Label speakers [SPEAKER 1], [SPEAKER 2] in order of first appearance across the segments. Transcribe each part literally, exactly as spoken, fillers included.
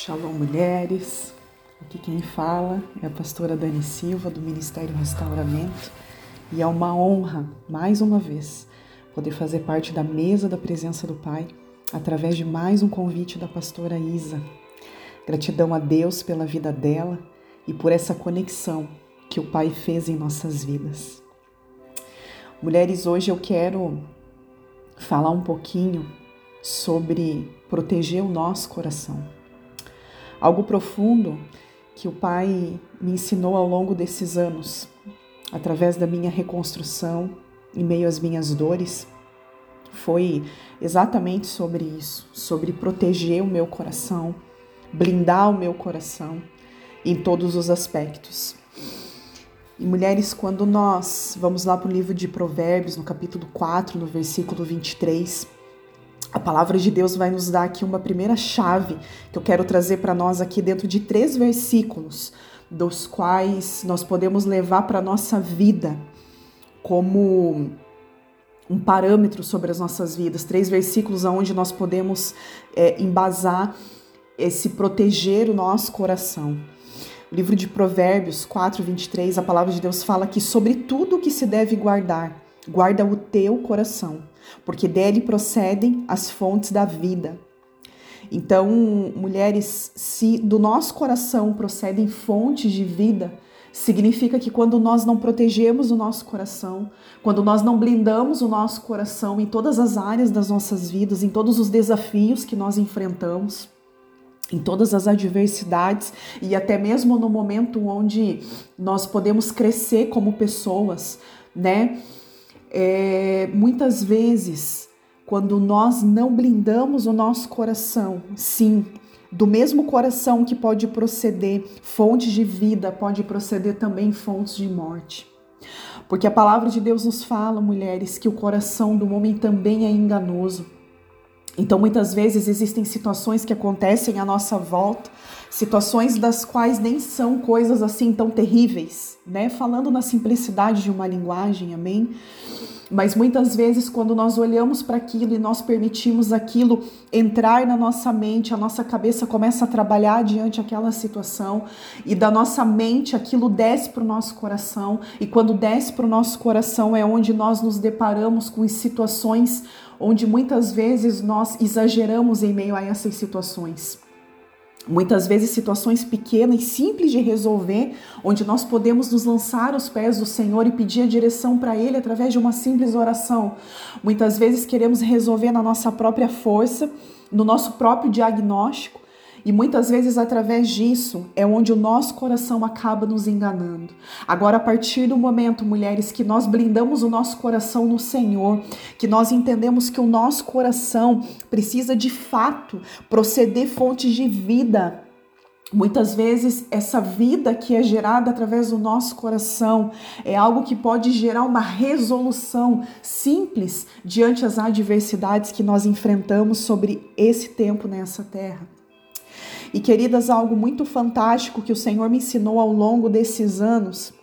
[SPEAKER 1] Shalom, mulheres. Aqui quem fala é a pastora Dani Silva, do Ministério Restauramento, e é uma honra, mais uma vez, poder fazer parte da mesa da presença do Pai, através de mais um convite da pastora Isa. Gratidão a Deus pela vida dela e por essa conexão que o Pai fez em nossas vidas. Mulheres, hoje eu quero falar um pouquinho sobre proteger o nosso coração. Algo profundo que o Pai me ensinou ao longo desses anos, através da minha reconstrução, em meio às minhas dores, foi exatamente sobre isso, sobre proteger o meu coração, blindar o meu coração em todos os aspectos. E mulheres, quando nós vamos lá para o livro de Provérbios, no capítulo quatro, no versículo vinte e três, a palavra de Deus vai nos dar aqui uma primeira chave que eu quero trazer para nós aqui dentro de três versículos, dos quais nós podemos levar para a nossa vida como um parâmetro sobre as nossas vidas. Três versículos onde nós podemos é, embasar esse proteger o nosso coração. O livro de Provérbios quatro, vinte e três, a palavra de Deus fala que sobre tudo que se deve guardar, guarda o teu coração, porque dele procedem as fontes da vida. Então, mulheres, se do nosso coração procedem fontes de vida, significa que quando nós não protegemos o nosso coração, quando nós não blindamos o nosso coração em todas as áreas das nossas vidas, em todos os desafios que nós enfrentamos, em todas as adversidades e até mesmo no momento onde nós podemos crescer como pessoas, né? É, muitas vezes, quando nós não blindamos o nosso coração, sim, do mesmo coração que pode proceder fontes de vida, pode proceder também fontes de morte. Porque a palavra de Deus nos fala, mulheres, que o coração do homem também é enganoso. Então, muitas vezes existem situações que acontecem à nossa volta, situações das quais nem são coisas assim tão terríveis, né? Falando na simplicidade de uma linguagem, amém? Mas muitas vezes, quando nós olhamos para aquilo e nós permitimos aquilo entrar na nossa mente, a nossa cabeça começa a trabalhar diante daquela situação e da nossa mente aquilo desce para o nosso coração, e quando desce para o nosso coração é onde nós nos deparamos com situações onde muitas vezes nós exageramos em meio a essas situações. Muitas vezes situações pequenas, simples de resolver, onde nós podemos nos lançar aos pés do Senhor e pedir a direção para Ele através de uma simples oração. Muitas vezes queremos resolver na nossa própria força, no nosso próprio diagnóstico, e muitas vezes através disso é onde o nosso coração acaba nos enganando. Agora, a partir do momento, mulheres, que nós blindamos o nosso coração no Senhor, que nós entendemos que o nosso coração precisa de fato proceder fontes de vida. Muitas vezes essa vida que é gerada através do nosso coração é algo que pode gerar uma resolução simples diante das adversidades que nós enfrentamos sobre esse tempo nessa terra. E queridas, algo muito fantástico que o Senhor me ensinou ao longo desses anos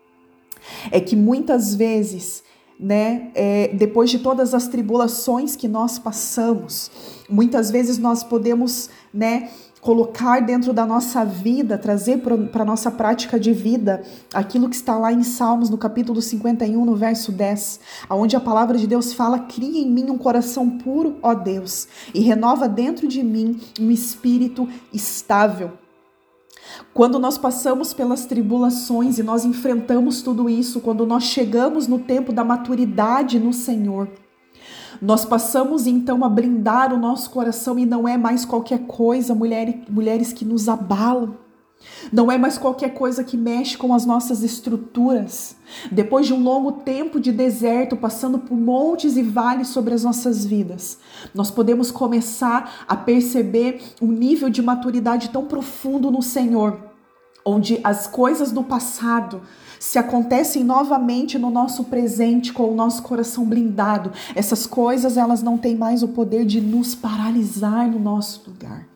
[SPEAKER 1] é que muitas vezes, né, é, depois de todas as tribulações que nós passamos, muitas vezes nós podemos, né, colocar dentro da nossa vida, trazer para a nossa prática de vida aquilo que está lá em Salmos, no capítulo cinquenta e um, no verso dez, onde a palavra de Deus fala: cria em mim um coração puro, ó Deus, e renova dentro de mim um espírito estável. Quando nós passamos pelas tribulações e nós enfrentamos tudo isso, quando nós chegamos no tempo da maturidade no Senhor, nós passamos então a blindar o nosso coração, e não é mais qualquer coisa, mulher, mulheres, que nos abalam. Não é mais qualquer coisa que mexe com as nossas estruturas. Depois de um longo tempo de deserto, passando por montes e vales sobre as nossas vidas, nós podemos começar a perceber um nível de maturidade tão profundo no Senhor, onde as coisas do passado se acontecem novamente no nosso presente com o nosso coração blindado. Essas coisas, elas não têm mais o poder de nos paralisar no nosso lugar.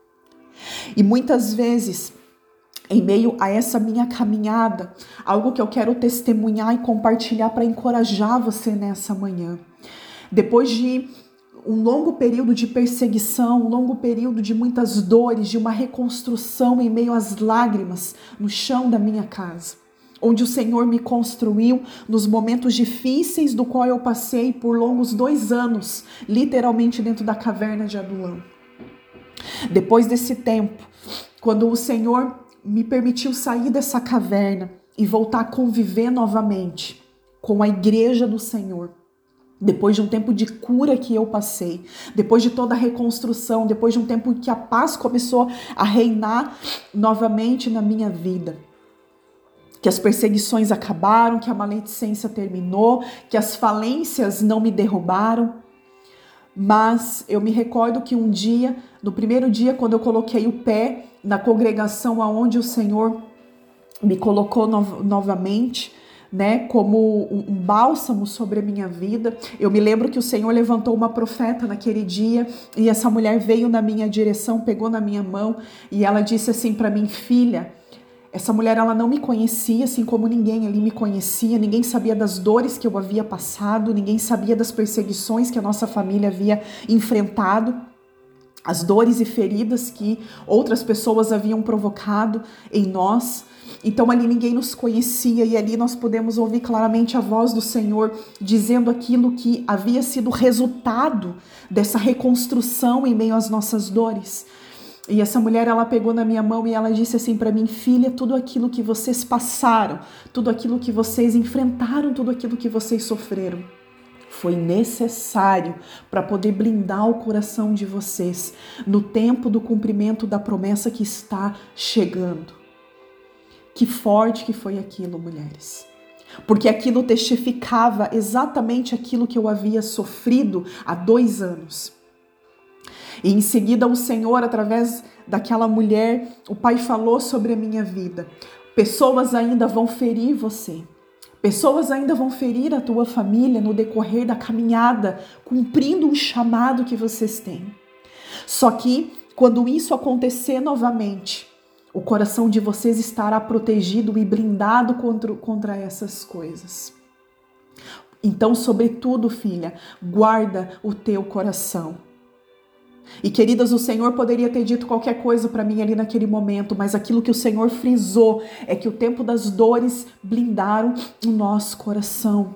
[SPEAKER 1] E muitas vezes, em meio a essa minha caminhada, algo que eu quero testemunhar e compartilhar para encorajar você nessa manhã. Depois de um longo período de perseguição, um longo período de muitas dores, de uma reconstrução em meio às lágrimas no chão da minha casa, onde o Senhor me construiu nos momentos difíceis do qual eu passei por longos dois anos, literalmente dentro da caverna de Adulão. Depois desse tempo, quando o Senhor me permitiu sair dessa caverna e voltar a conviver novamente com a igreja do Senhor, depois de um tempo de cura que eu passei, depois de toda a reconstrução, depois de um tempo em que a paz começou a reinar novamente na minha vida, que as perseguições acabaram, que a maledicência terminou, que as falências não me derrubaram. Mas eu me recordo que um dia, no primeiro dia, quando eu coloquei o pé na congregação aonde o Senhor me colocou no- novamente, né, como um, um bálsamo sobre a minha vida, eu me lembro que o Senhor levantou uma profeta naquele dia e essa mulher veio na minha direção, pegou na minha mão e ela disse assim para mim: filha, essa mulher, ela não me conhecia, assim como ninguém ali me conhecia, ninguém sabia das dores que eu havia passado, ninguém sabia das perseguições que a nossa família havia enfrentado, as dores e feridas que outras pessoas haviam provocado em nós. Então ali ninguém nos conhecia e ali nós podemos ouvir claramente a voz do Senhor dizendo aquilo que havia sido resultado dessa reconstrução em meio às nossas dores. E essa mulher, ela pegou na minha mão e ela disse assim para mim: filha, tudo aquilo que vocês passaram, tudo aquilo que vocês enfrentaram, tudo aquilo que vocês sofreram, foi necessário para poder blindar o coração de vocês no tempo do cumprimento da promessa que está chegando. Que forte que foi aquilo, mulheres. Porque aquilo testificava exatamente aquilo que eu havia sofrido há dois anos. E em seguida o Senhor, através daquela mulher, o Pai falou sobre a minha vida. Pessoas ainda vão ferir você. Pessoas ainda vão ferir a tua família no decorrer da caminhada, cumprindo um chamado que vocês têm. Só que quando isso acontecer novamente, o coração de vocês estará protegido e blindado contra, contra essas coisas. Então, sobretudo, filha, guarda o teu coração. E queridas, o Senhor poderia ter dito qualquer coisa para mim ali naquele momento, mas aquilo que o Senhor frisou é que o tempo das dores blindaram o nosso coração.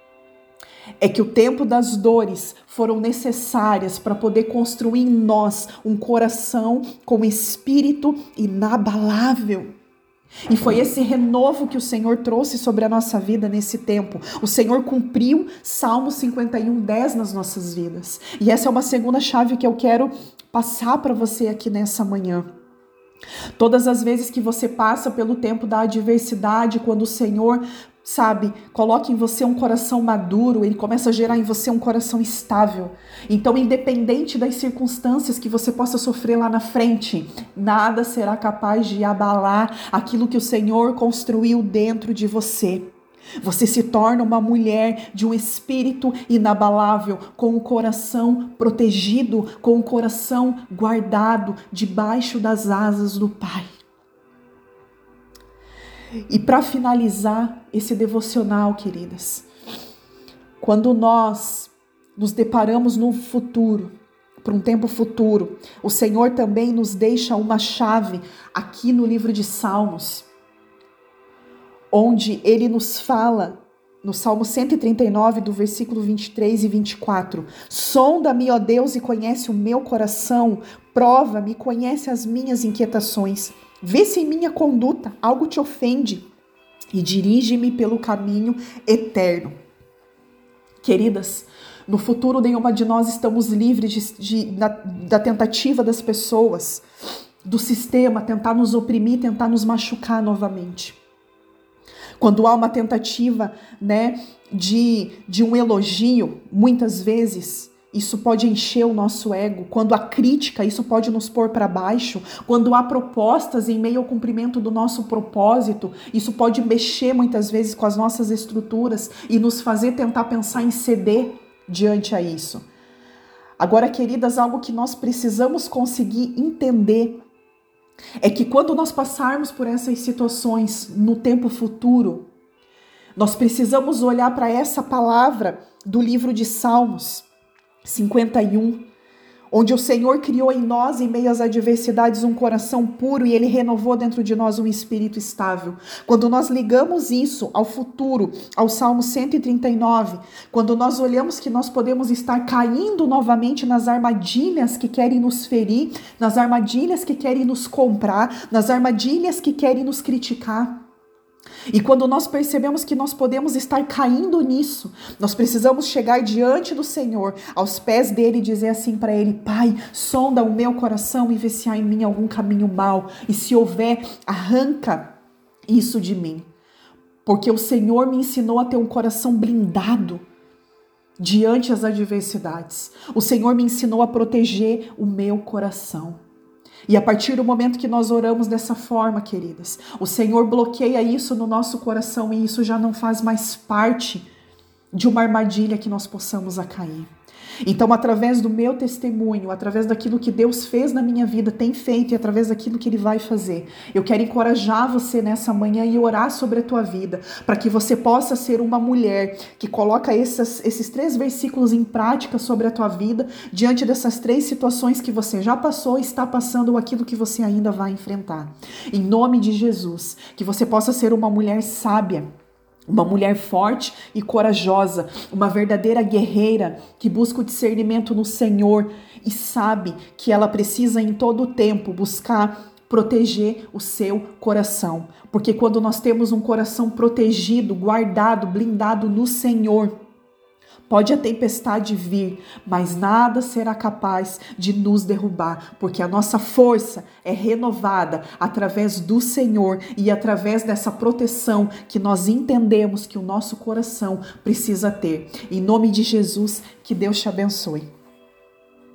[SPEAKER 1] É que o tempo das dores foram necessárias para poder construir em nós um coração com espírito inabalável. E foi esse renovo que o Senhor trouxe sobre a nossa vida nesse tempo. O Senhor cumpriu Salmo cinquenta e um, dez nas nossas vidas. E essa é uma segunda chave que eu quero passar para você aqui nessa manhã. Todas as vezes que você passa pelo tempo da adversidade, quando o Senhor, sabe, coloca em você um coração maduro, Ele começa a gerar em você um coração estável. Então, independente das circunstâncias que você possa sofrer lá na frente, nada será capaz de abalar aquilo que o Senhor construiu dentro de você. Você se torna uma mulher de um espírito inabalável, com o coração protegido, com o coração guardado debaixo das asas do Pai. E para finalizar esse devocional, queridas, quando nós nos deparamos no futuro, para um tempo futuro, o Senhor também nos deixa uma chave aqui no livro de Salmos, onde Ele nos fala, no Salmo cento e trinta e nove, do versículo vinte e três e vinte e quatro, sonda-me, ó Deus, e conhece o meu coração, prova-me, conhece as minhas inquietações, vê se em minha conduta algo te ofende e dirige-me pelo caminho eterno. Queridas, no futuro nenhuma de nós estamos livres de, de, da, da tentativa das pessoas, do sistema, tentar nos oprimir, tentar nos machucar novamente. Quando há uma tentativa, né, de, de um elogio, muitas vezes isso pode encher o nosso ego. Quando há crítica, isso pode nos pôr para baixo. Quando há propostas em meio ao cumprimento do nosso propósito, isso pode mexer muitas vezes com as nossas estruturas e nos fazer tentar pensar em ceder diante a isso. Agora, queridas, algo que nós precisamos conseguir entender é que quando nós passarmos por essas situações no tempo futuro, nós precisamos olhar para essa palavra do livro de Salmos cinquenta e um, onde o Senhor criou em nós, em meio às adversidades, um coração puro e Ele renovou dentro de nós um espírito estável. Quando nós ligamos isso ao futuro, ao Salmo cento e trinta e nove, quando nós olhamos que nós podemos estar caindo novamente nas armadilhas que querem nos ferir, nas armadilhas que querem nos comprar, nas armadilhas que querem nos criticar. E quando nós percebemos que nós podemos estar caindo nisso, nós precisamos chegar diante do Senhor, aos pés dele e dizer assim para ele: Pai, sonda o meu coração e vê se há em mim algum caminho mau, e se houver, arranca isso de mim. Porque o Senhor me ensinou a ter um coração blindado diante das adversidades. O Senhor me ensinou a proteger o meu coração. E a partir do momento que nós oramos dessa forma, queridas, o Senhor bloqueia isso no nosso coração e isso já não faz mais parte de uma armadilha que nós possamos a cair. Então, através do meu testemunho, através daquilo que Deus fez na minha vida, tem feito e através daquilo que Ele vai fazer, eu quero encorajar você nessa manhã e orar sobre a tua vida, para que você possa ser uma mulher que coloca esses, esses três versículos em prática sobre a tua vida, diante dessas três situações que você já passou, está passando ou aquilo que você ainda vai enfrentar. Em nome de Jesus, que você possa ser uma mulher sábia, uma mulher forte e corajosa, uma verdadeira guerreira que busca o discernimento no Senhor e sabe que ela precisa em todo o tempo buscar proteger o seu coração. Porque quando nós temos um coração protegido, guardado, blindado no Senhor, pode a tempestade vir, mas nada será capaz de nos derrubar, porque a nossa força é renovada através do Senhor e através dessa proteção que nós entendemos que o nosso coração precisa ter. Em nome de Jesus, que Deus te abençoe.